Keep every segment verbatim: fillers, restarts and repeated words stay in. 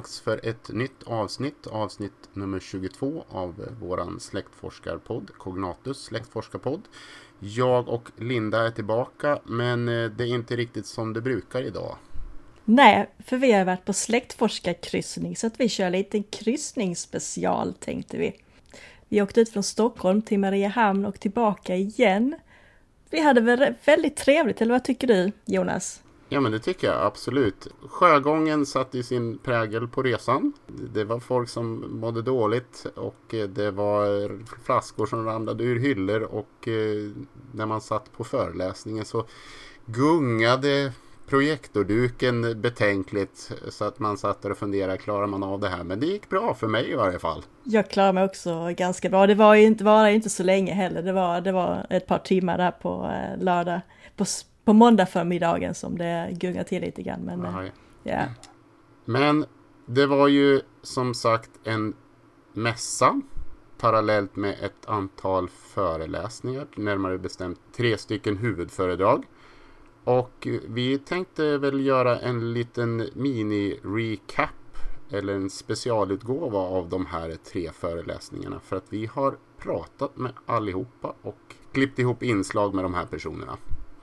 dags för ett nytt avsnitt, avsnitt nummer tjugotvå av våran släktforskarpodd, Cognatus släktforskarpodd. Jag och Linda är tillbaka, men det är inte riktigt som det brukar idag. Nej, för vi har varit på släktforskarkryssning så att vi kör lite kryssningsspecial, tänkte vi. Vi åkte ut från Stockholm till Mariehamn och tillbaka igen. Vi hade väl väldigt trevligt, eller vad tycker du, Jonas? Ja, men det tycker jag absolut. Sjögången satt i sin prägel på resan. Det var folk som mådde dåligt och det var flaskor som ramlade ur hyllor och när man satt på föreläsningen så gungade projektorduken betänkligt så att man satt där och funderade, klarar man av det här? Men det gick bra för mig i varje fall. Jag klarar mig också ganska bra. Det var ju inte, var inte så länge heller. Det var, det var ett par timmar där på lördag, på På måndag förmiddagen som det gungar till lite grann. Men, Aha, ja. men det var ju som sagt en mässa parallellt med ett antal föreläsningar, närmare bestämt tre stycken huvudföredrag. Och vi tänkte väl göra en liten mini-recap eller en specialutgåva av de här tre föreläsningarna, för att vi har pratat med allihopa och klippt ihop inslag med de här personerna.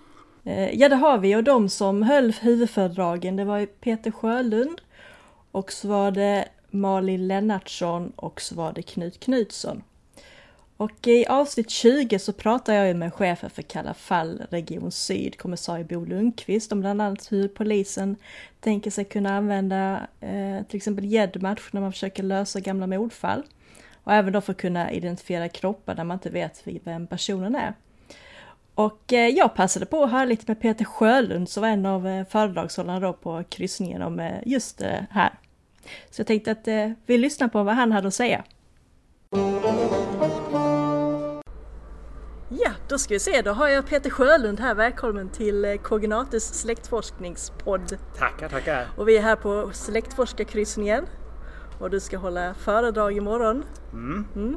Ja, det har vi, och de som höll huvudföredragen, det var Peter Sjölund och så var det Malin Lennartsson och så var det Knut Knutsson. Och i avsnitt tjugo så pratar jag med chefen för Kalla fall Region Syd, kommissarie Bo Lundqvist, om bland annat hur polisen tänker sig kunna använda eh, till exempel gäddmatch när man försöker lösa gamla mordfall. Och även då för att kunna identifiera kroppar där man inte vet vem personen är. Och eh, jag passade på att höra lite med Peter Sjölund som var en av eh, föredragshållarna då på kryssningen om eh, just det eh, här. Så jag tänkte att eh, vi lyssnar på vad han hade att säga. Ja, då ska vi se. Då har jag Peter Sjölund här. Välkommen till eh, Cognatus släktforskningspodd. Tackar, tackar. Och vi är här på släktforskarkryssningen. Och du ska hålla föredrag imorgon. Mm. Mm.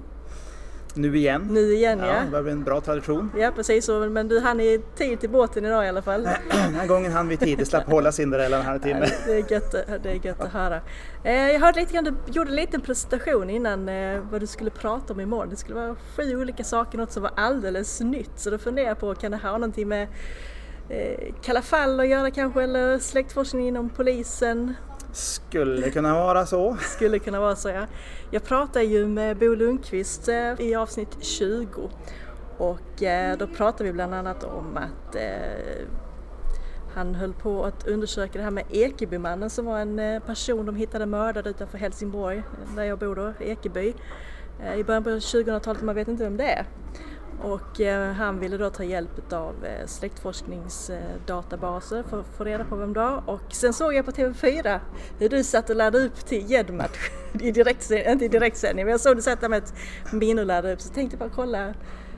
Nu igen. Nu igen, ja. Ja, det var en bra tradition. Ja, precis. Så, men du hann i tid till båten idag i alla fall. Den här gången hann vi tid. Det slapp hålla Cinderella en halv timme. Ja, det är gött, det är gött att höra. Jag hörde lite grann, du gjorde en liten presentation innan vad du skulle prata om imorgon. Det skulle vara sju olika saker, något som var alldeles nytt. Så då funderar jag på, kan det ha någonting med eh, Kalla fall att göra kanske, eller släktforskning inom polisen? Skulle kunna vara så. Skulle kunna vara så, ja. Jag pratade ju med Bo Lundqvist eh, i avsnitt tjugo. Och eh, då pratade vi bland annat om att eh, han höll på att undersöka det här med Ekebymannen, som var en eh, person de hittade mördad utanför Helsingborg, där jag bor då, Ekeby. Eh, I början på tjugohundratalet, man vet inte vem det är. Och eh, han ville då ta hjälp av eh, släktforskningsdatabaser för att få reda på vem det var. Och sen såg jag på T V fyra hur du satt och laddade upp till gäddmatch i direktsändning, inte i direktsändning, men jag såg du satt där med ett minne och laddade upp, så tänkte jag bara kolla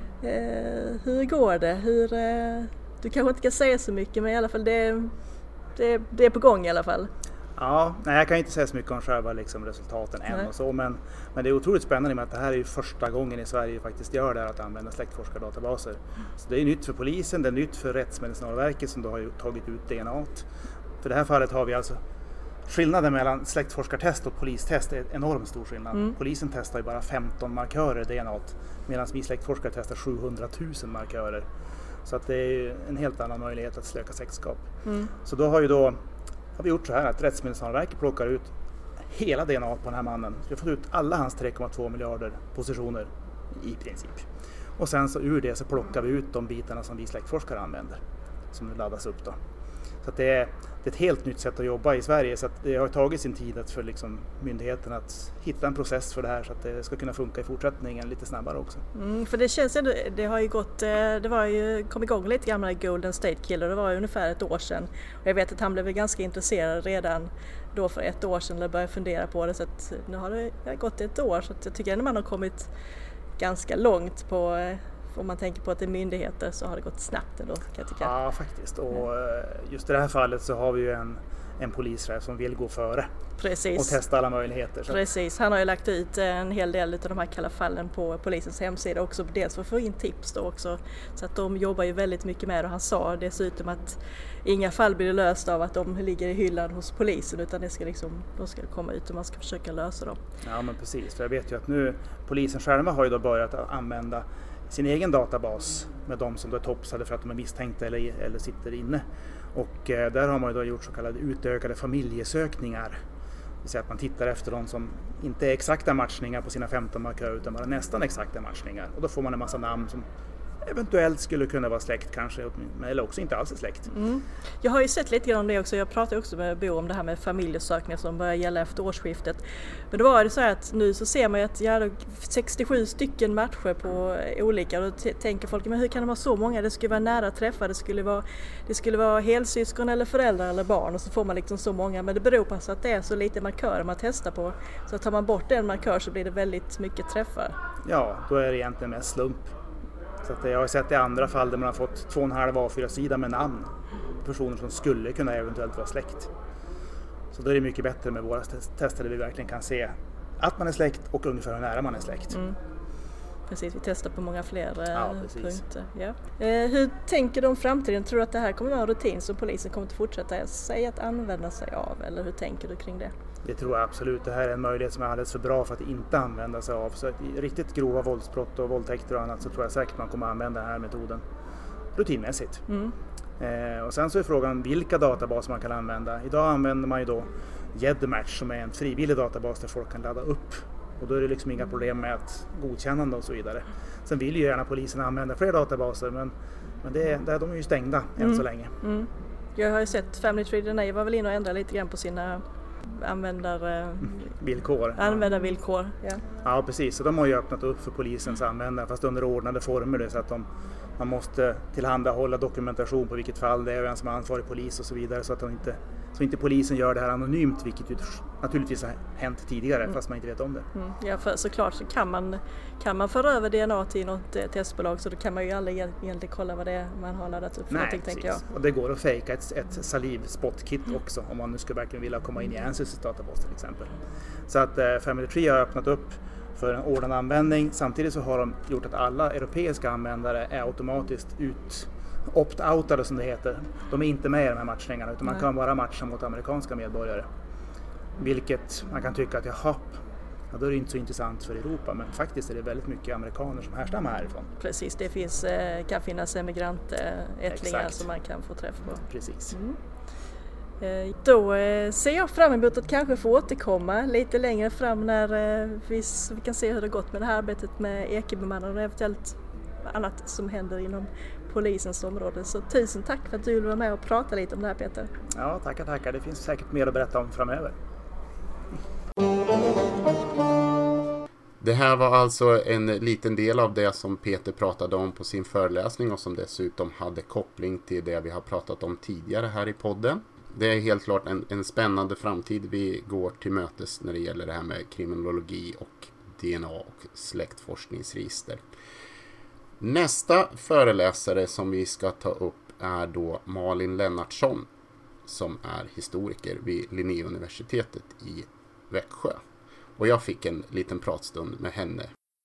eh, hur går det? Hur, eh, du kanske inte kan säga så mycket, men i alla fall det, det, det är på gång i alla fall. Ja, nej, jag kan inte säga så mycket om själva liksom, resultaten än Nej. och så, men, men det är otroligt spännande med att det här är ju första gången i Sverige faktiskt gör det här, att använda släktforskardatabaser. Så det är nytt för polisen, det är nytt för Rättsmedicinalverket som då har tagit ut D N A. För det här fallet har vi alltså skillnaden mellan släktforskartest och polistest är en enormt stor skillnad. Mm. Polisen testar ju bara femton markörer D N A, medan vi släktforskare testar sjuhundratusen markörer. Så att det är en helt annan möjlighet att söka släktskap. Mm. Så då har ju då har vi gjort så här att Rättsmedicinalverket plockar ut hela D N A på den här mannen. Så vi har fått ut alla hans tre komma två miljarder positioner i princip. Och sen så ur det så plockar vi ut de bitarna som vi släktforskare använder, som laddas upp då. Så att det, är, det är ett helt nytt sätt att jobba i Sverige, så att det har tagit sin tid att för liksom myndigheten att hitta en process för det här så att det ska kunna funka i fortsättningen lite snabbare också. Mm, för det känns ändå, det har ju gått, det var ju, kom igång lite gamla Golden State Killer, det var ju ungefär ett år sedan. Och jag vet att han blev ganska intresserad redan då för ett år sedan, eller började fundera på det, så att nu har det gått ett år, så att jag tycker ändå man har kommit ganska långt på om man tänker på att det är myndigheter så har det gått snabbt ändå, kan jag tycka. Ja, faktiskt. Och just i det här fallet så har vi ju en, en polischef som vill gå före. Precis. Och testa alla möjligheter. Så. Precis, han har ju lagt ut en hel del av de här kalla fallen på polisens hemsida också, dels för att få in tips då också. Så att de jobbar ju väldigt mycket med det. Och han sa dessutom att inga fall blir lösta av att de ligger i hyllan hos polisen, utan det ska liksom, de ska komma ut och man ska försöka lösa dem. Ja, men precis. För jag vet ju att nu polisen själva har ju då börjat att använda sin egen databas med de som då är topsade för att de är misstänkta eller, eller sitter inne. Och eh, där har man ju då gjort så kallade utökade familjesökningar. Det vill säga att man tittar efter de som inte är exakta matchningar på sina femton markörer utan bara nästan exakta matchningar. Och då får man en massa namn som eventuellt skulle kunna vara släkt kanske, eller också inte alls är släkt. Mm. Jag har ju sett lite grann om det också. Jag pratade också med Bo om det här med familjesökningar som börjar gälla efter årsskiftet. Men då var det så här att nu så ser man ju att ja, sextiosju stycken matcher på olika. Och då t- tänker folk, men hur kan det vara så många? Det skulle vara nära träffar, det skulle vara, det skulle vara helsyskon eller föräldrar eller barn. Och så får man liksom så många. Men det beror på att det är så lite markörer man testar på. Så tar man bort en markör så blir det väldigt mycket träffar. Ja, då är det egentligen mest slump. Så att jag har sett i andra fall där man har fått två och en halv A fyra sida med namn. Personer som skulle kunna eventuellt vara släkt. Så då är det mycket bättre med våra tester där vi verkligen kan se att man är släkt och ungefär hur nära man är släkt. Mm. Precis, vi testar på många fler ja, punkter. Ja. Eh, hur tänker du om framtiden? Tror du att det här kommer att vara en rutin som polisen kommer att fortsätta säga att använda sig av? Eller hur tänker du kring det? Det tror jag absolut. Det här är en möjlighet som är alldeles för bra för att inte använda sig av. Så i riktigt grova våldsbrott och våldtäkter och annat så tror jag säkert man kommer att använda den här metoden rutinmässigt. Mm. Eh, och sen så är frågan vilka databaser man kan använda. Idag använder man ju då GEDmatch som är en frivillig databas där folk kan ladda upp. Och då är det liksom inga problem med att godkännande och så vidare. Sen vill ju gärna polisen använda fler databaser men, men det, det, de är ju stängda mm. än så länge. Mm. Jag har ju sett Family Tree D N A var väl in och ändrade lite grann på sina användar, villkor. Användarvillkor, ja. Ja, precis. Så de har ju öppnat upp för polisens användare fast under ordnade former så att de, man måste tillhandahålla dokumentation på vilket fall det är, vem som är ansvarig polis och så vidare så att de inte, så inte polisen gör det här anonymt, vilket ju naturligtvis har hänt tidigare mm. fast man inte vet om det. Mm. Ja, för såklart så kan man, kan man föra över D N A till något eh, testbolag så då kan man ju aldrig egentligen kolla vad det är man har laddat upp för. Nej, tänker jag. Och det går att fejka ett, ett saliv-spotkit mm. också om man nu skulle verkligen vilja komma in i Ansys databas till exempel. Så att eh, Family Tree har öppnat upp för en ordnad användning. Samtidigt så har de gjort att alla europeiska användare är automatiskt ut opt-outade som det heter. De är inte med i de här matchningarna utan Nej. man kan bara matcha mot amerikanska medborgare. Vilket man kan tycka att jaha, ja, då är det inte så intressant för Europa men faktiskt är det väldigt mycket amerikaner som härstammar härifrån. Precis, det finns, kan finnas emigrantättlingar som man kan få träff på. Precis. Mm. Då ser jag fram emot att kanske få återkomma lite längre fram när vi, vi kan se hur det gått med det här arbetet med ekobemannade och eventuellt annat som händer inom polisens område. Så tusen tack för att du ville vara med och prata lite om det här, Peter. Ja, tackar, tackar. Det finns säkert mer att berätta om framöver. Det här var alltså en liten del av det som Peter pratade om på sin föreläsning och som dessutom hade koppling till det vi har pratat om tidigare här i podden. Det är helt klart en, en spännande framtid vi går till mötes när det gäller det här med kriminologi och D N A och släktforskningsregister. Nästa föreläsare som vi ska ta upp är då Malin Lennartsson som är historiker vid Linnéuniversitetet i Växjö. Och jag fick en liten pratstund med henne.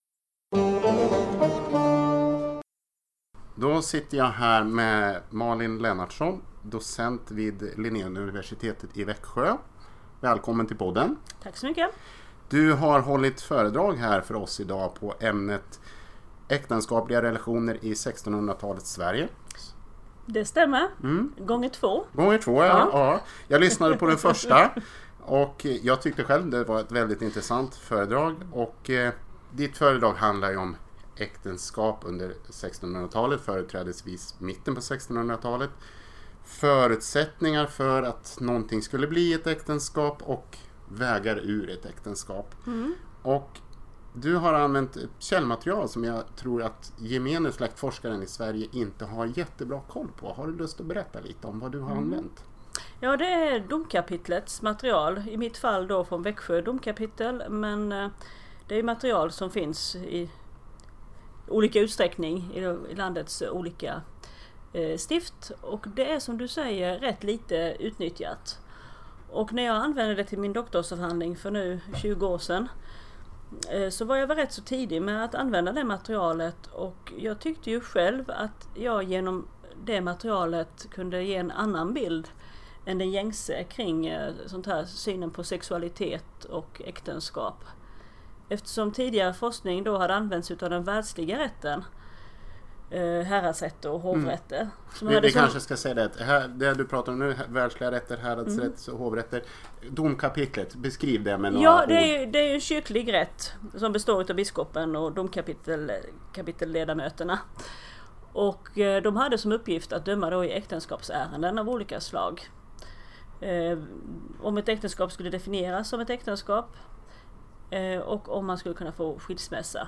Då sitter jag här med Malin Lennartsson, docent vid Linnéuniversitetet i Växjö. Välkommen till podden. Tack så mycket. Du har hållit föredrag här för oss idag på ämnet äktenskapliga relationer i sextonhundratalets Sverige. Det stämmer. Mm. Gånger två. Gånger två, ja. ja. ja. Jag lyssnade på den första och jag tyckte själv det var ett väldigt intressant föredrag. Och eh, ditt föredrag handlar ju om äktenskap under sextonhundratalet, företrädesvis mitten på sextonhundratalet. Förutsättningar för att någonting skulle bli ett äktenskap och vägar ur ett äktenskap. Mm. Och du har använt källmaterial som jag tror att gemene släktforskaren i Sverige inte har jättebra koll på. Har du lust att berätta lite om vad du har mm. använt? Ja, det är domkapitlets material. I mitt fall då från Växjö domkapitel. Men det är material som finns i olika utsträckning i, i landets olika eh, stift. Och det är som du säger rätt lite utnyttjat. Och när jag använde det till min doktorsavhandling för nu tjugo år sedan eh, så var jag väl rätt så tidig med att använda det materialet. Och jag tyckte ju själv att jag genom det materialet kunde ge en annan bild än den gängse kring eh, sånt här synen på sexualitet och äktenskap. Eftersom tidigare forskning då hade använts av den världsliga rätten, eh, häradsrätter och hovrätter. Mm. Som vi hade vi som... kanske ska säga det, här, det du pratar om nu, världsliga rätter, häradsrätt och mm. hovrätter. Domkapitlet, beskriv det med några Ja, det ord. är, det är en kyrklig rätt som består av biskopen och domkapitelledamöterna. Och eh, de hade som uppgift att döma då i äktenskapsärenden av olika slag. Eh, om ett äktenskap skulle definieras som ett äktenskap eh, och om man skulle kunna få skilsmässa.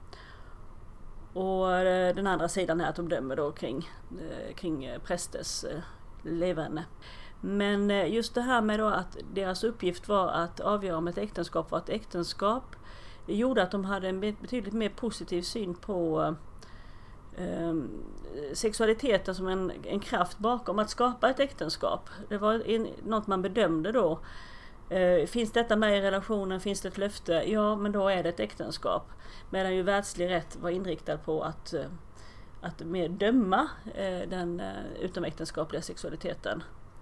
Och eh, den andra sidan är att de dömer då kring, eh, kring prästers eh, leverne. Men eh, just det här med då att deras uppgift var att avgöra om ett äktenskap var ett äktenskap gjorde att de hade en betydligt mer positiv syn på eh, sexualiteten som en, en kraft bakom att skapa ett äktenskap. Det var en, något man bedömde då. Eh, finns detta med i relationen, finns det ett löfte? Ja, men då är det ett äktenskap. Medan ju världslig rätt var inriktad på att, eh, att mer döma eh, den eh, utomäktenskapliga sexualiteten.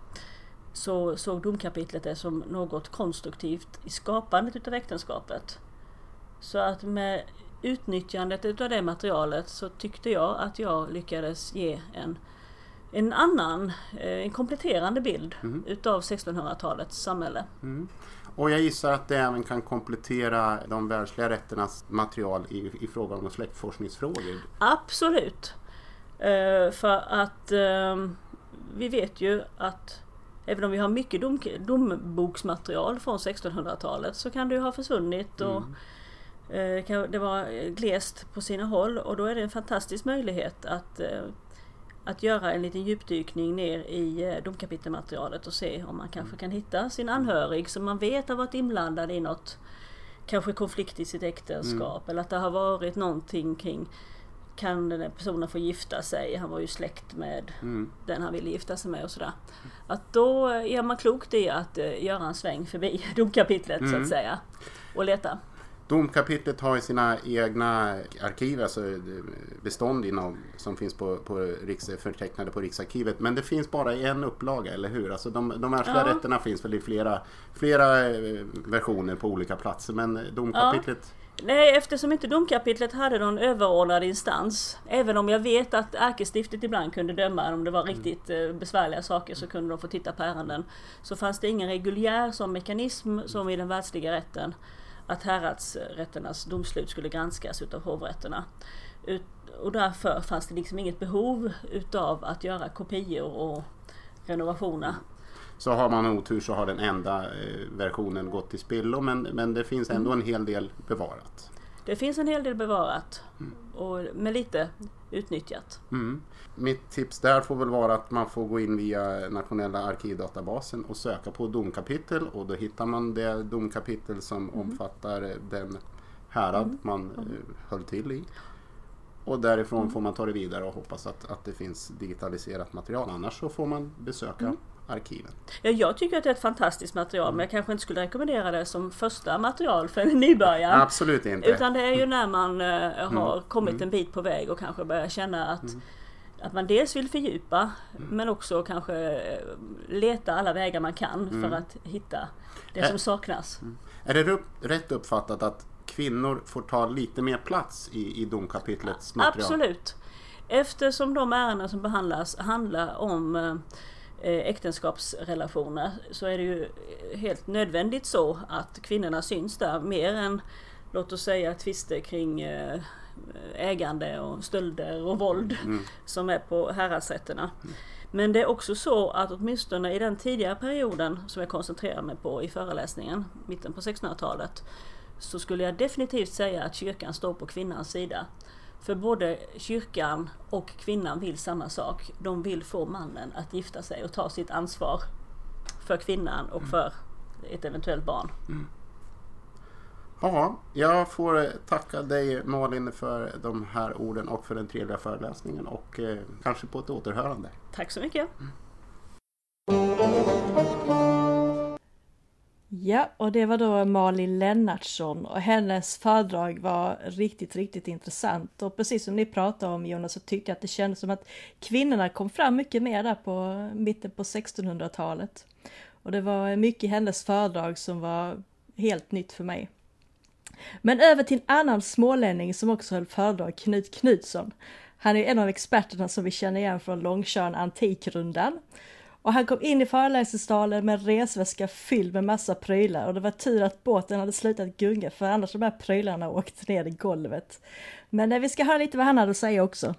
Så såg domkapitlet det som något konstruktivt i skapandet utav äktenskapet. Så att med utnyttjandet utav det materialet så tyckte jag att jag lyckades ge en, en annan, en kompletterande bild mm. utav sextonhundratalets samhälle. Mm. Och jag gissar att det även kan komplettera de världsliga rätternas material i, i fråga om släktforskningsfrågor. Absolut. Uh, för att uh, vi vet ju att även om vi har mycket dom, domboksmaterial från sextonhundratalet så kan det ju ha försvunnit och mm. det var glest på sina håll och då är det en fantastisk möjlighet att, att göra en liten djupdykning ner i domkapitelmaterialet och se om man kanske kan hitta sin anhörig som man vet har varit inblandad i något, kanske konflikt i sitt äktenskap mm. eller att det har varit någonting kring, kan den här personen få gifta sig, han var ju släkt med mm. den han ville gifta sig med och sådär. Att då är man klokt i att göra en sväng förbi domkapitlet mm. så att säga och leta. Domkapitlet har ju sina egna arkiv, alltså bestånd inom, som finns på, på riks, förtecknade på Riksarkivet. Men det finns bara i en upplaga, eller hur? Alltså de, de världsliga ja. rätterna finns väl i flera, flera versioner på olika platser. Men domkapitlet... Ja. Nej, eftersom inte domkapitlet hade någon överordnad instans. Även om jag vet att ärkestiftet ibland kunde döma om det var riktigt mm. besvärliga saker så kunde de få titta på ärenden. Så fanns det ingen reguljär som mekanism som i den världsliga rätten att häradsrätternas domslut skulle granskas utav hovrätterna. Ut, och därför fanns det liksom inget behov utav att göra kopior och renovationer. Så har man otur så har den enda eh, versionen gått till spillo, men, men det finns ändå mm. en hel del bevarat. Det finns en hel del bevarat mm. och med lite utnyttjat. Mm. Mitt tips där får väl vara att man får gå in via nationella arkivdatabasen och söka på domkapitel och då hittar man det domkapitel som mm. omfattar den härad mm. man mm. höll till i. Och därifrån mm. får man ta det vidare och hoppas att, att det finns digitaliserat material. Annars så får man besöka mm. arkiven. Ja, jag tycker att det är ett fantastiskt material mm. men jag kanske inte skulle rekommendera det som första material för en nybörjare. Absolut inte. Utan det är ju när man uh, har mm. kommit mm. en bit på väg och kanske börjar känna att, mm. att man dels vill fördjupa mm. men också kanske leta alla vägar man kan mm. för att hitta det Ä- som saknas. Mm. Är det upp, rätt uppfattat att kvinnor får ta lite mer plats i, i domkapitlets material? Absolut. Eftersom de ärenden som behandlas handlar om eh, äktenskapsrelationer så är det ju helt nödvändigt så att kvinnorna syns där mer än, låt oss säga, tvister kring eh, ägande och stölder och våld mm. som är på häradsrätterna. Mm. Men det är också så att åtminstone i den tidigare perioden som jag koncentrerar mig på i föreläsningen, mitten på sextonhundratalet, så skulle jag definitivt säga att kyrkan står på kvinnans sida. För både kyrkan och kvinnan vill samma sak. De vill få mannen att gifta sig och ta sitt ansvar för kvinnan och för ett eventuellt barn. Mm. Ja, jag får tacka dig Malin för de här orden och för den trevliga föreläsningen och eh, kanske på ett återhörande. Tack så mycket. Mm. Ja, och det var då Malin Lennartsson och hennes föredrag var riktigt, riktigt intressant. Och precis som ni pratade om, Jonas, så tyckte jag att det kändes som att kvinnorna kom fram mycket mer där på mitten på sextonhundratalet. Och det var mycket i hennes föredrag som var helt nytt för mig. Men över till en annan smålänning som också höll föredrag, Knut Knutsson. Han är en av experterna som vi känner igen från Långtjörn Antikrundan. Och han kom in i föreläsningssalen med en resväska fylld med massa prylar. Och det var tur att båten hade slutat gunga, för annars de här prylarna åkte ner i golvet. Men eh, vi ska höra lite vad han hade att säga också.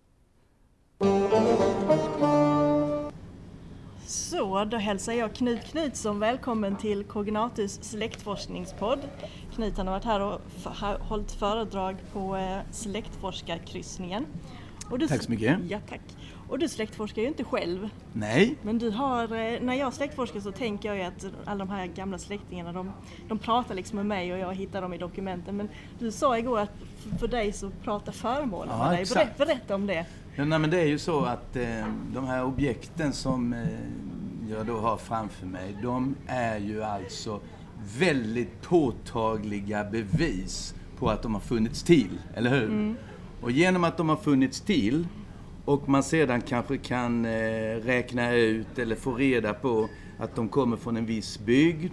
Så, då hälsar jag Knut Knutsson välkommen till Cognatus släktforskningspodd. Knut, han har varit här och f- hållit föredrag på eh, släktforskarkryssningen. Och du, tack så mycket. Ja, tack. Och du släktforskar ju inte själv. Nej. Men du har, när jag släktforskar så tänker jag ju att alla de här gamla släktingarna, de, de pratar liksom med mig och jag hittar dem i dokumenten. Men du sa igår att för dig så pratar föremålen ja, med dig. Exakt. Berätta, berätta om det. Ja, nej, men det är ju så att eh, de här objekten som eh, jag då har framför mig, de är ju alltså väldigt påtagliga bevis på att de har funnits till, eller hur? Mm. Och genom att de har funnits till och man sedan kanske kan eh, räkna ut eller få reda på att de kommer från en viss bygd.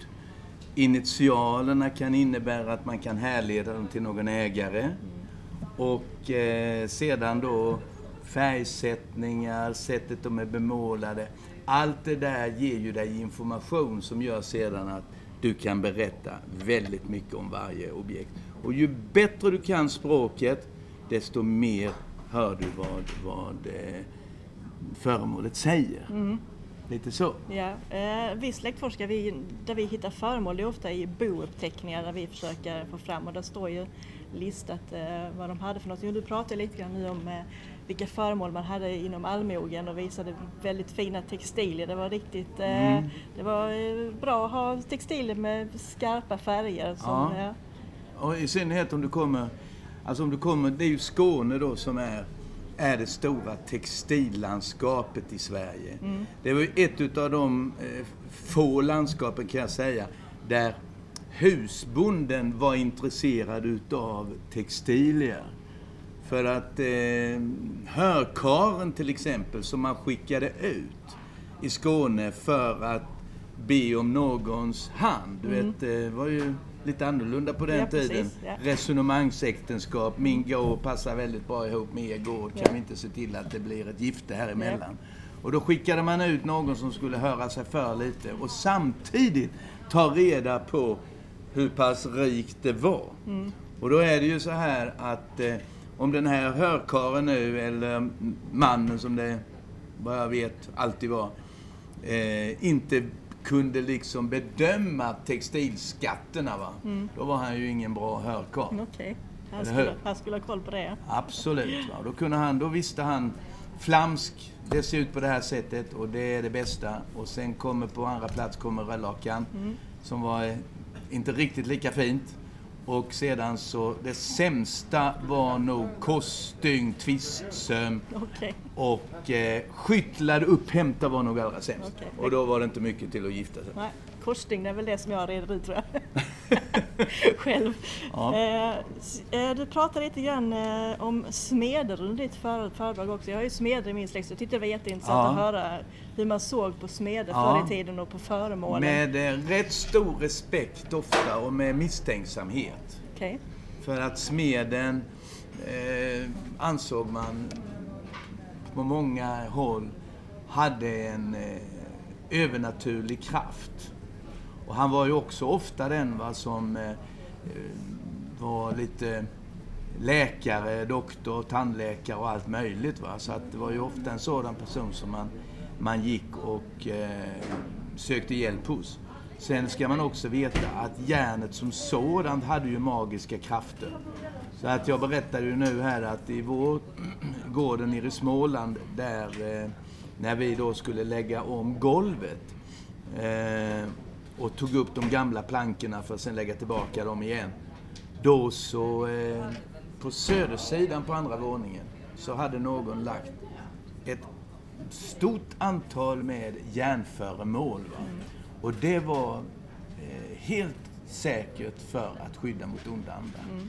Initialerna kan innebära att man kan härleda dem till någon ägare. Mm. Och eh, sedan då färgsättningar, sättet de är bemålade. Allt det där ger ju dig information som gör sedan att du kan berätta väldigt mycket om varje objekt. Och ju bättre du kan språket, desto mer hör du vad, vad eh, föremålet säger. Mm. Lite så. Ja, eh, vi släktforskar, vi, där vi hittar föremål, det är ofta i bouppteckningar där vi försöker få fram, och där står ju listat eh, vad de hade för något. Du pratade lite grann nu om eh, vilka föremål man hade inom allmogen och visade väldigt fina textilier. Det var riktigt eh, mm. det var eh, bra att ha textilier med skarpa färger. Som, ja. Ja. Och i synnerhet om du kommer, alltså om du kommer, det är ju Skåne då som är är det stora textillandskapet i Sverige. Mm. Det var ju ett av de eh, få landskapen, kan jag säga, där husbonden var intresserad utav textilier. För att eh, hörkaren till exempel, som man skickade ut i Skåne för att be om någons hand. Du mm. vet, det var ju lite annorlunda på den ja, tiden. Precis, ja. Resonemangsäktenskap. Min gård passar väldigt bra ihop med er gård. Kan ja. vi inte se till att det blir ett gifte här emellan? Ja. Och då skickade man ut någon som skulle höra sig för lite. Och samtidigt ta reda på hur pass rikt det var. Mm. Och då är det ju så här att eh, om den här hörkaren nu, eller mannen som det, vad jag vet, alltid var, eh, inte kunde liksom bedöma textilskatterna, va? Mm. Då var han ju ingen bra hörkarl. Okej, okay. han, skulle, han skulle ha koll på det. Absolut, va? Då kunde han, då visste han flamsk, det ser ut på det här sättet och det är det bästa. Och sen kommer på andra plats kommer röllakan mm. som var eh, inte riktigt lika fint. Och sedan så, det sämsta var nog korsstygn, tvistsöm okay. och eh, skyttlade upphämta var nog allra sämst. Okay. Och då var det inte mycket till att gifta sig. Nej, korsstygn är väl det som jag reder ut, tror jag. Själv. Ja. Eh, du pratade lite grann eh, om smeder under ditt för, föredrag också. Jag har ju smeder i min släkt, så jag tyckte det var jätteintressant ja. att höra hur man såg på smeder ja. förr i tiden och på föremålen. Med eh, rätt stor respekt ofta och med misstänksamhet. Okay. För att smeden eh, ansåg man på många håll hade en eh, övernaturlig kraft. Och han var ju också ofta den, va, som eh, var lite läkare, doktor, tandläkare och allt möjligt. Va? Så att det var ju ofta en sådan person som man, man gick och eh, sökte hjälp hos. Sen ska man också veta att järnet som sådant hade ju magiska krafter. Så att jag berättade ju nu här att i vår gården nere i Småland, där eh, när vi då skulle lägga om golvet eh, och tog upp de gamla plankorna för att sen lägga tillbaka dem igen. då så eh, på södersidan på andra våningen så hade någon lagt ett stort antal med järnföremål. Va? Mm. Och det var eh, helt säkert för att skydda mot onda andar. Mm.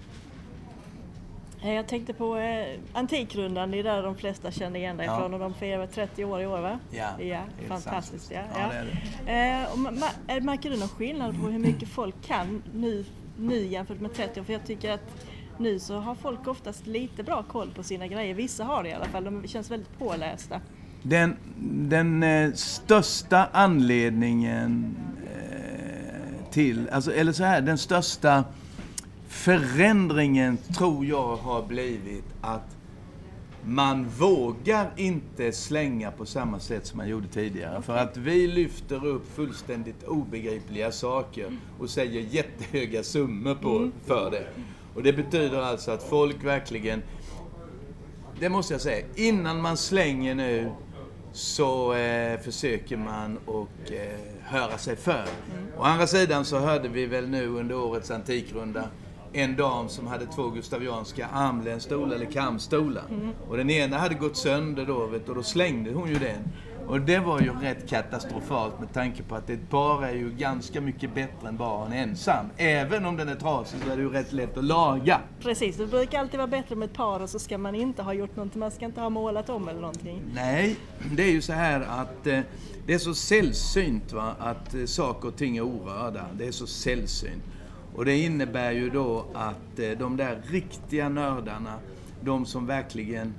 Jag tänkte på eh, Antikrundan, det är där de flesta känner igen dig ifrån, ja. Och de firar trettio år i år, va? Ja, ja fantastiskt. Ja, ja. Ja, det är det. Eh, och ma- märker du någon skillnad på hur mycket folk kan nu, nu jämfört med trettio år? För jag tycker att nu så har folk oftast lite bra koll på sina grejer. Vissa har det i alla fall, de känns väldigt pålästa. Den, den eh, största anledningen eh, till, alltså, eller så här, den största förändringen tror jag har blivit att man vågar inte slänga på samma sätt som man gjorde tidigare. Okay. För att vi lyfter upp fullständigt obegripliga saker och säger jättehöga summor på, mm. för det. Och det betyder alltså att folk verkligen, det måste jag säga, innan man slänger nu så eh, försöker man att eh, höra sig för. Mm. Å andra sidan så hörde vi väl nu under årets Antikrunda en dam som hade två gustavianska armlänsstolar eller kamstolar. Mm. Och den ena hade gått sönder då, vet, och då slängde hon ju den. Och det var ju rätt katastrofalt med tanke på att ett par är ju ganska mycket bättre än bara en ensam. Även om den är trasig så är det ju rätt lätt att laga. Precis, det brukar alltid vara bättre med ett par och så ska man inte ha gjort någonting, man ska inte ha målat om eller någonting. Nej, det är ju så här att eh, det är så sällsynt, va, att eh, saker och ting är orörda. Det är så sällsynt. Och det innebär ju då att eh, de där riktiga nördarna, de som verkligen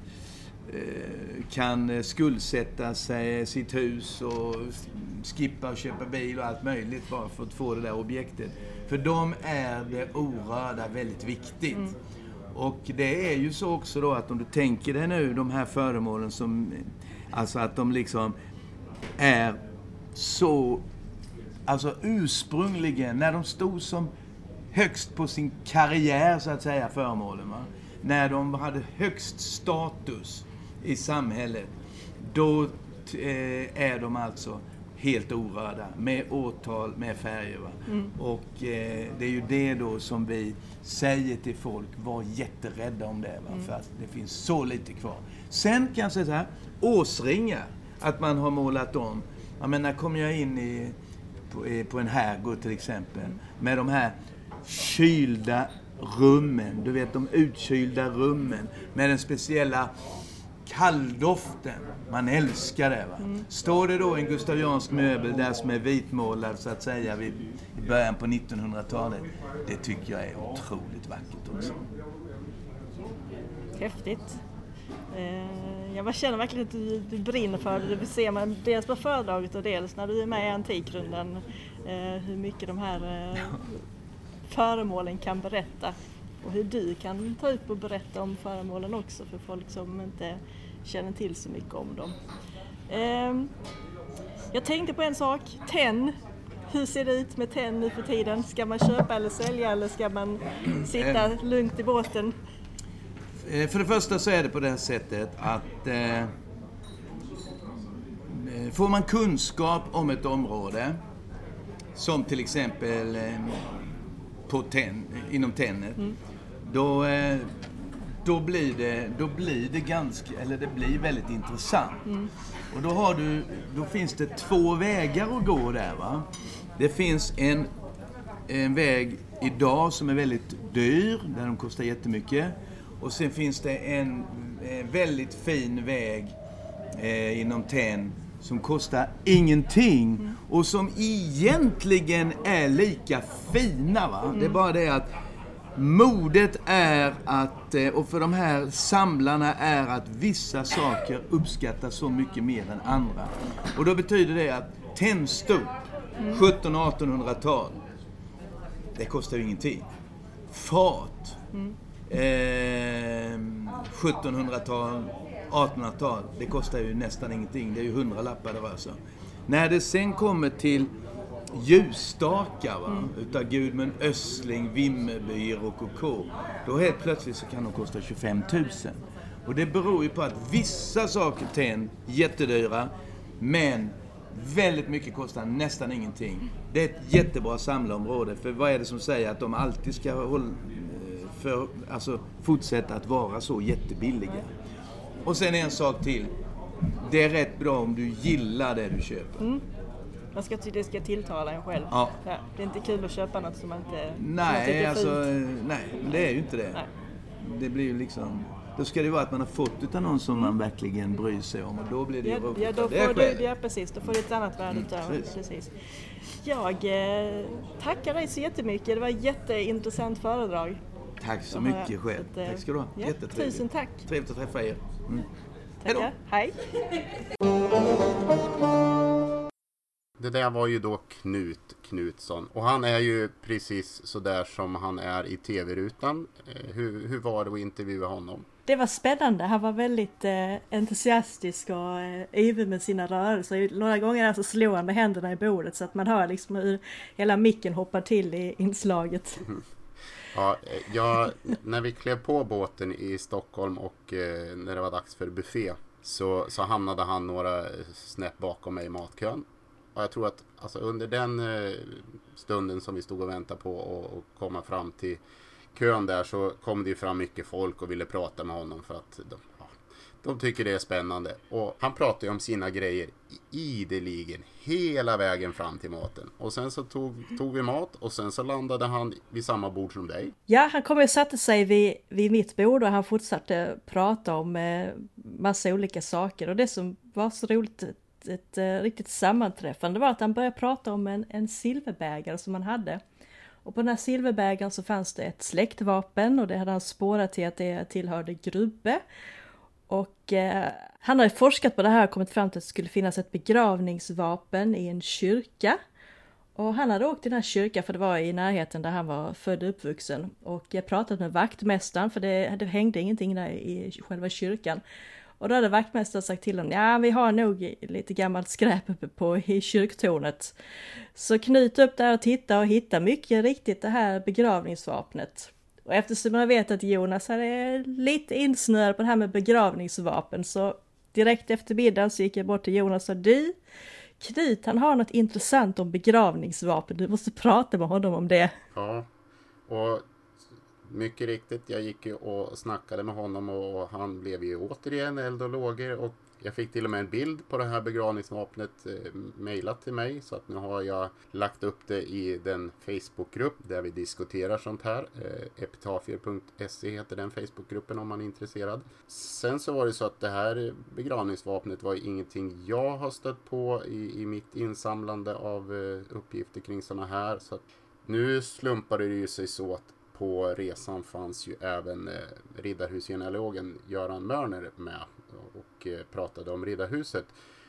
kan skuldsätta sig sitt hus och skippa och köpa bil och allt möjligt bara för att få det där objektet. För dem är det orörda väldigt viktigt. Mm. Och det är ju så också då att om du tänker dig nu de här föremålen som, alltså att de liksom är så, alltså ursprungligen när de stod som högst på sin karriär så att säga, föremålen, va? När de hade högst status i samhället, då eh, är de alltså helt orörda med årtal, med färger. Va? Mm. Och eh, det är ju det då som vi säger till folk, var jätterädda om det, va? Mm. För att det finns så lite kvar. Sen kan jag säga så här, årsringar, att man har målat om. Jag menar, kommer jag in i, på, eh, på en herrgård till exempel, mm. med de här kylda rummen, du vet de utkylda rummen med den speciella kalldoften. Man älskar det, va? Mm. Står det då en gustaviansk möbel där som är vitmålad så att säga vid, i början på nittonhundratalet, det tycker jag är otroligt vackert också. Häftigt. Eh, jag bara känner verkligen att du, du brinner för det. Du ser man dels på föredraget och dels när du är med i Antikrundan eh, hur mycket de här eh, föremålen kan berätta. Och hur du kan ta upp och berätta om föremålen också för folk som inte känner till så mycket om dem. Eh, jag tänkte på en sak. Tenn. Hur ser det ut med tenn nu för tiden? Ska man köpa eller sälja eller ska man sitta lugnt i båten? För det första så är det på det här sättet att eh, får man kunskap om ett område som till exempel eh, på tenn, inom tennet, mm. då, eh, då, blir det, då blir det ganska, eller det blir väldigt intressant. Mm. Och då, har du, då finns det två vägar att gå där, va? Det finns en, en väg idag som är väldigt dyr, där de kostar jättemycket. Och sen finns det en, en väldigt fin väg eh, inom tenn som kostar ingenting. Mm. Och som egentligen är lika fina, va? Mm. Det är bara det att modet är att, och för de här samlarna är att vissa saker uppskattas så mycket mer än andra. Och då betyder det att tennstop, mm. sjuttonhundra- och artonhundratal, det kostar ju ingenting. Fat, mm. eh, sjuttonhundratal, artonhundratal, det kostar ju nästan ingenting. Det är ju hundra lappar det rör sig. När det sen kommer till ljusstakar, va? Mm. utav Gudmund Östling, Vimmerby, Rokoko, då helt plötsligt så kan de kosta tjugofem tusen. Och det beror ju på att vissa saker tenn jättedyra, men väldigt mycket kostar nästan ingenting. Det är ett jättebra samlarområde, för vad är det som säger att de alltid ska hålla, för att alltså, fortsätta att vara så jättebilliga. Och sen en sak till. Det är rätt bra om du gillar det du köper. Mm. Man ska, det ska tilltala en själv. Ja. Ja, det är inte kul att köpa något som man inte Nej, tycker är alltså, fint. nej, det är ju inte det. Nej. Det blir ju liksom... Då ska det vara att man har fått utav någon som man verkligen bryr sig om. Och då blir det ju Ja, roligt. ja, då Det är får skäl. du, ja, precis. Då får du ett annat värde Mm, utav. precis. Precis. Jag eh, tackar dig så jättemycket. Det var ett jätteintressant föredrag. Tack så Som mycket har- själv. att, eh, Tack ska du ha. ja, Jättetrevligt. tusen tack. Trevligt att träffa er. Mm. Hej då. Tackar. Hej. Det där var ju då Knut Knutsson. Och han är ju precis så där som han är i tv-rutan. Eh, hur, hur var det att intervjua honom? Det var spännande. Han var väldigt eh, entusiastisk och eh, ivrig med sina rörelser. Några gånger så slog han med händerna i bordet så att man hör liksom hur hela micken hoppar till i inslaget. Ja, eh, jag, när vi klev på båten i Stockholm och eh, när det var dags för buffé så, så hamnade han några snäpp bakom mig i matkön. Och jag tror att alltså, under den eh, stunden som vi stod och väntade på att och komma fram till kön där så kom det ju fram mycket folk och ville prata med honom för att de, ja, de tycker det är spännande. Och han pratade ju om sina grejer ideligen hela vägen fram till maten. Och sen så tog, tog vi mat och sen så landade han vid samma bord som dig. Ja, han kom och satte sig vid, vid mitt bord och han fortsatte prata om eh, massa olika saker. Och det som var så roligt, ett, ett, ett riktigt sammanträffande var att han började prata om en, en silverbägare som han hade. Och på den här silverbägaren så fanns det ett släktvapen och det hade han spårat till att det tillhörde Grubbe. Och eh, han hade forskat på det här och kommit fram till att det skulle finnas ett begravningsvapen i en kyrka. Och han hade åkt till den här kyrkan för det var i närheten där han var född och uppvuxen. Och jag pratade med vaktmästaren för det, det hängde ingenting där i själva kyrkan. Och då hade vaktmästaren sagt till honom, ja vi har nog lite gammalt skräp uppe på i kyrktornet. Så Knut upp där och titta och hitta mycket riktigt det här begravningsvapnet. Och eftersom jag vet att Jonas är lite insnöad på det här med begravningsvapen så direkt efter middagen så gick jag bort till Jonas och sa, du Knut han har något intressant om begravningsvapen, du måste prata med honom om det. Ja, och mycket riktigt, jag gick ju och snackade med honom och han blev ju återigen eld och lågor och jag fick till och med en bild på det här begravningsvapnet eh, mejlat till mig så att nu har jag lagt upp det i den Facebookgrupp där vi diskuterar sånt här. Eh, epitafier punkt se heter den Facebookgruppen om man är intresserad. Sen så var det så att det här begravningsvapnet var ingenting jag har stött på i, i mitt insamlande av eh, uppgifter kring såna här. Så att nu slumpade det ju sig så att på resan fanns ju även eh, riddarhusgenealogen Göran Mörner med och eh, pratade om riddarhuset.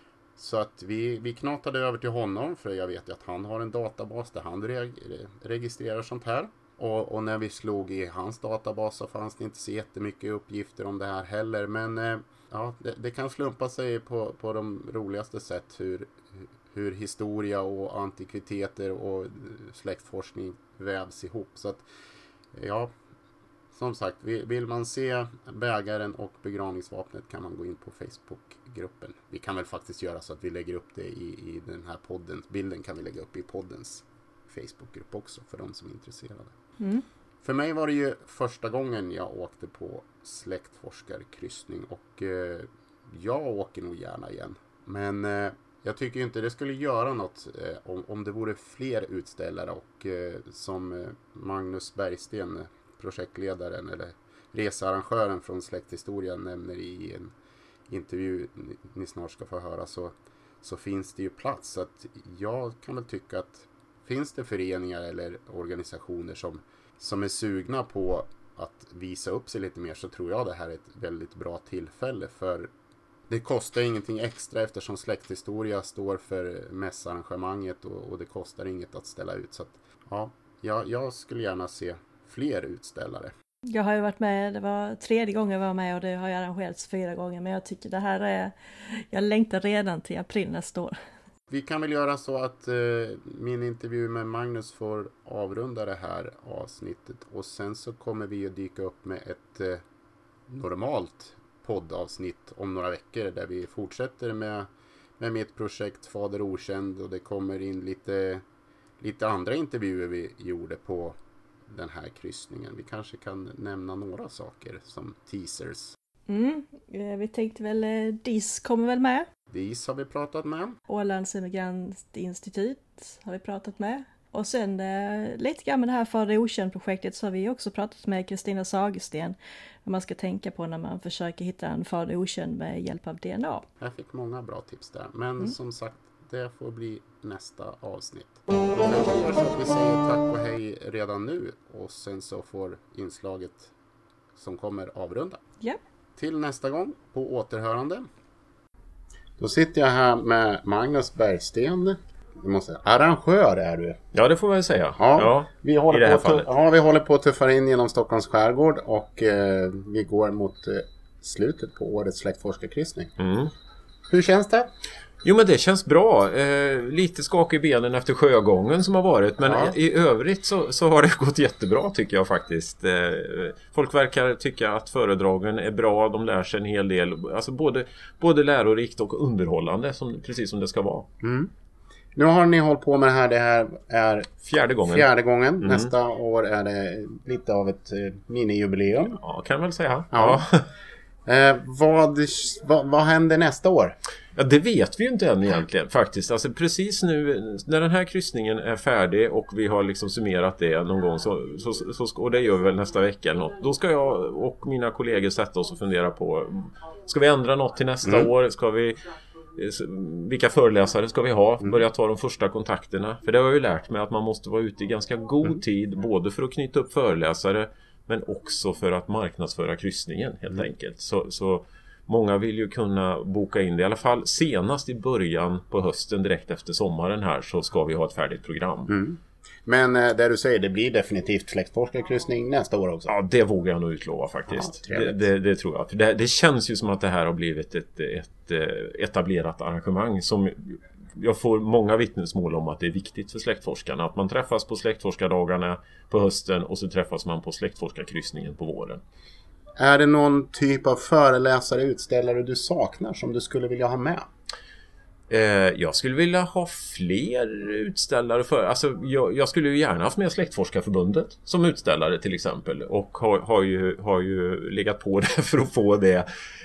Så att vi, vi knatade över till honom för jag vet ju att han har en databas där han reg- registrerar sånt här. Och, och när vi slog i hans databas så fanns det inte så jättemycket uppgifter om det här heller. Men eh, ja, det, det kan slumpa sig på, på de roligaste sätt hur, hur historia och antikviteter och släktforskning vävs ihop. Så att ja, som sagt, vill man se bägaren och begravningsvapnet kan man gå in på Facebookgruppen. Vi kan väl faktiskt göra så att vi lägger upp det i, i den här podden. Bilden kan vi lägga upp i poddens Facebookgrupp också för de som är intresserade. Mm. För mig var det ju första gången jag åkte på släktforskarkryssning och eh, jag åker nog gärna igen. Men eh, jag tycker inte det skulle göra något eh, om, om det vore fler utställare och eh, som eh, Magnus Bergsten, projektledaren eller researrangören från Släkthistoria nämner i en intervju ni, ni snart ska få höra så, så finns det ju plats. Så att jag kan väl tycka att finns det föreningar eller organisationer som, som är sugna på att visa upp sig lite mer så tror jag det här är ett väldigt bra tillfälle för det kostar ingenting extra eftersom Släkthistoria står för mässarrangemanget och, och det kostar inget att ställa ut. Så att, ja, jag, jag skulle gärna se fler utställare. Jag har ju varit med, det var tredje gången jag var med och det har jag arrangerats fyra gånger. Men jag tycker det här är, jag längtar redan till april nästa år. Vi kan väl göra så att eh, min intervju med Magnus får avrunda det här avsnittet. Och sen så kommer vi att dyka upp med ett eh, normalt poddavsnitt om några veckor där vi fortsätter med, med mitt projekt Fader Okänd och det kommer in lite, lite andra intervjuer vi gjorde på den här kryssningen? Vi kanske kan nämna några saker som teasers. Mm, vi tänkte väl eh, D I S kommer väl med. D I S har vi pratat med. Ålands Emigrantinstitut har vi pratat med. Och sen eh, lite grann med det här För det okänd-projektet så har vi också pratat med Kristina Sagersten. Vad man ska tänka på när man försöker hitta en För det okänd med hjälp av D N A. Jag fick många bra tips där. Men Mm. som sagt, det får bli nästa avsnitt. Kanske gör så att vi säger tack och hej redan nu. Och sen så får inslaget som kommer avrunda. Ja. Till nästa gång, på återhörande. Då sitter jag här med Magnus Bergsten. Jag måste, arrangör är du. Ja, det får man säga. Ja, Ja, vi håller i det här på, fallet. ja, vi håller på att tuffa in genom Stockholms skärgård. Och eh, vi går mot eh, slutet på årets släktforskarkryssning. Mm. Hur känns det? Jo, men det känns bra. Eh, lite skak i benen efter sjögången som har varit. Men Ja. i, i övrigt så, så har det gått jättebra tycker jag faktiskt. Eh, folk verkar tycka att föredragen är bra. De lär sig en hel del. Alltså både, både lärorikt och underhållande. Som, precis som det ska vara. Mm. Nu har ni hållit på med det här. Det här är Fjärde gången. fjärde gången. Mm. Nästa år är det lite av ett eh, minijubileum. Ja, kan jag väl säga. Ja. Ja. Eh, vad, vad, vad händer nästa år? Ja, det vet vi ju inte än egentligen faktiskt. Alltså precis nu när den här kryssningen är färdig och vi har liksom summerat det någon gång så, så, så, och det gör vi väl nästa vecka eller något. Då ska jag och mina kollegor sätta oss och fundera på, ska vi ändra något till nästa Mm. år? Ska vi, vilka föreläsare ska vi ha? Börja ta de första kontakterna. För det har jag ju lärt mig att man måste vara ute i ganska god Mm. tid både för att knyta upp föreläsare men också för att marknadsföra kryssningen helt Mm. enkelt. Så, så många vill ju kunna boka in det. I alla fall senast i början på hösten direkt efter sommaren här så ska vi ha ett färdigt program. Mm. Men eh, det du säger, det blir definitivt släktforskarkryssning nästa år också. Ja, det vågar jag nog utlova faktiskt. Ja, det, trevligt. det, det tror jag. För det, det känns ju som att det här har blivit ett, ett, ett etablerat arrangemang som jag får många vittnesmål om att det är viktigt för släktforskarna. Att man träffas på släktforskardagarna på hösten och så träffas man på släktforskarkryssningen på våren. Är det någon typ av föreläsare, utställare du saknar som du skulle vilja ha med? Eh, jag skulle vilja ha fler utställare för, alltså jag, jag skulle ju gärna haft med Släktforskarförbundet som utställare till exempel och har, har, ju, har ju legat på det för att få det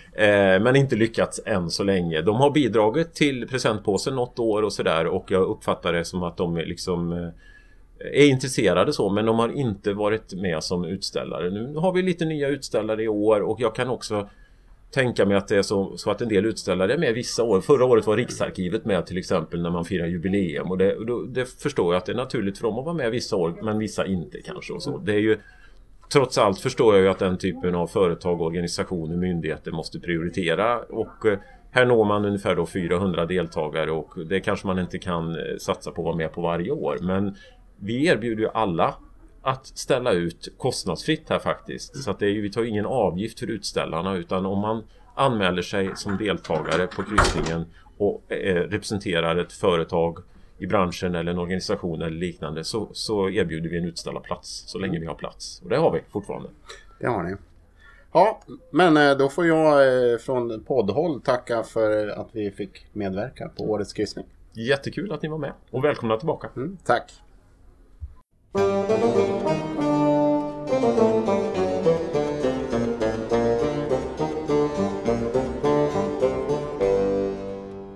eh, men inte lyckats än så länge. De har bidragit till presentpåsen något år och sådär och jag uppfattar det som att de liksom eh, är intresserade så, men de har inte varit med som utställare. Nu har vi lite nya utställare i år och jag kan också tänka mig att det är så, så att en del utställare är med vissa år. Förra året var Riksarkivet med till exempel när man firar jubileum och det, och då, det förstår jag att det är naturligt för dem att vara med vissa år men vissa inte kanske och så. Det är ju, trots allt förstår jag ju att den typen av företag, organisationer, myndigheter måste prioritera och eh, här når man ungefär då fyrahundra deltagare och det kanske man inte kan eh, satsa på att vara med på varje år, men vi erbjuder ju alla att ställa ut kostnadsfritt här faktiskt. Så att det är ju, vi tar ju ingen avgift för utställarna utan om man anmäler sig som deltagare på kryssningen och eh, representerar ett företag i branschen eller en organisation eller liknande så, så erbjuder vi en utställarplats så länge vi har plats. Och det har vi fortfarande. Det har ni. Ja, men eh, då får jag eh, från poddhåll tacka för att vi fick medverka på årets kryssning. Jättekul att ni var med och välkomna tillbaka. Mm, tack.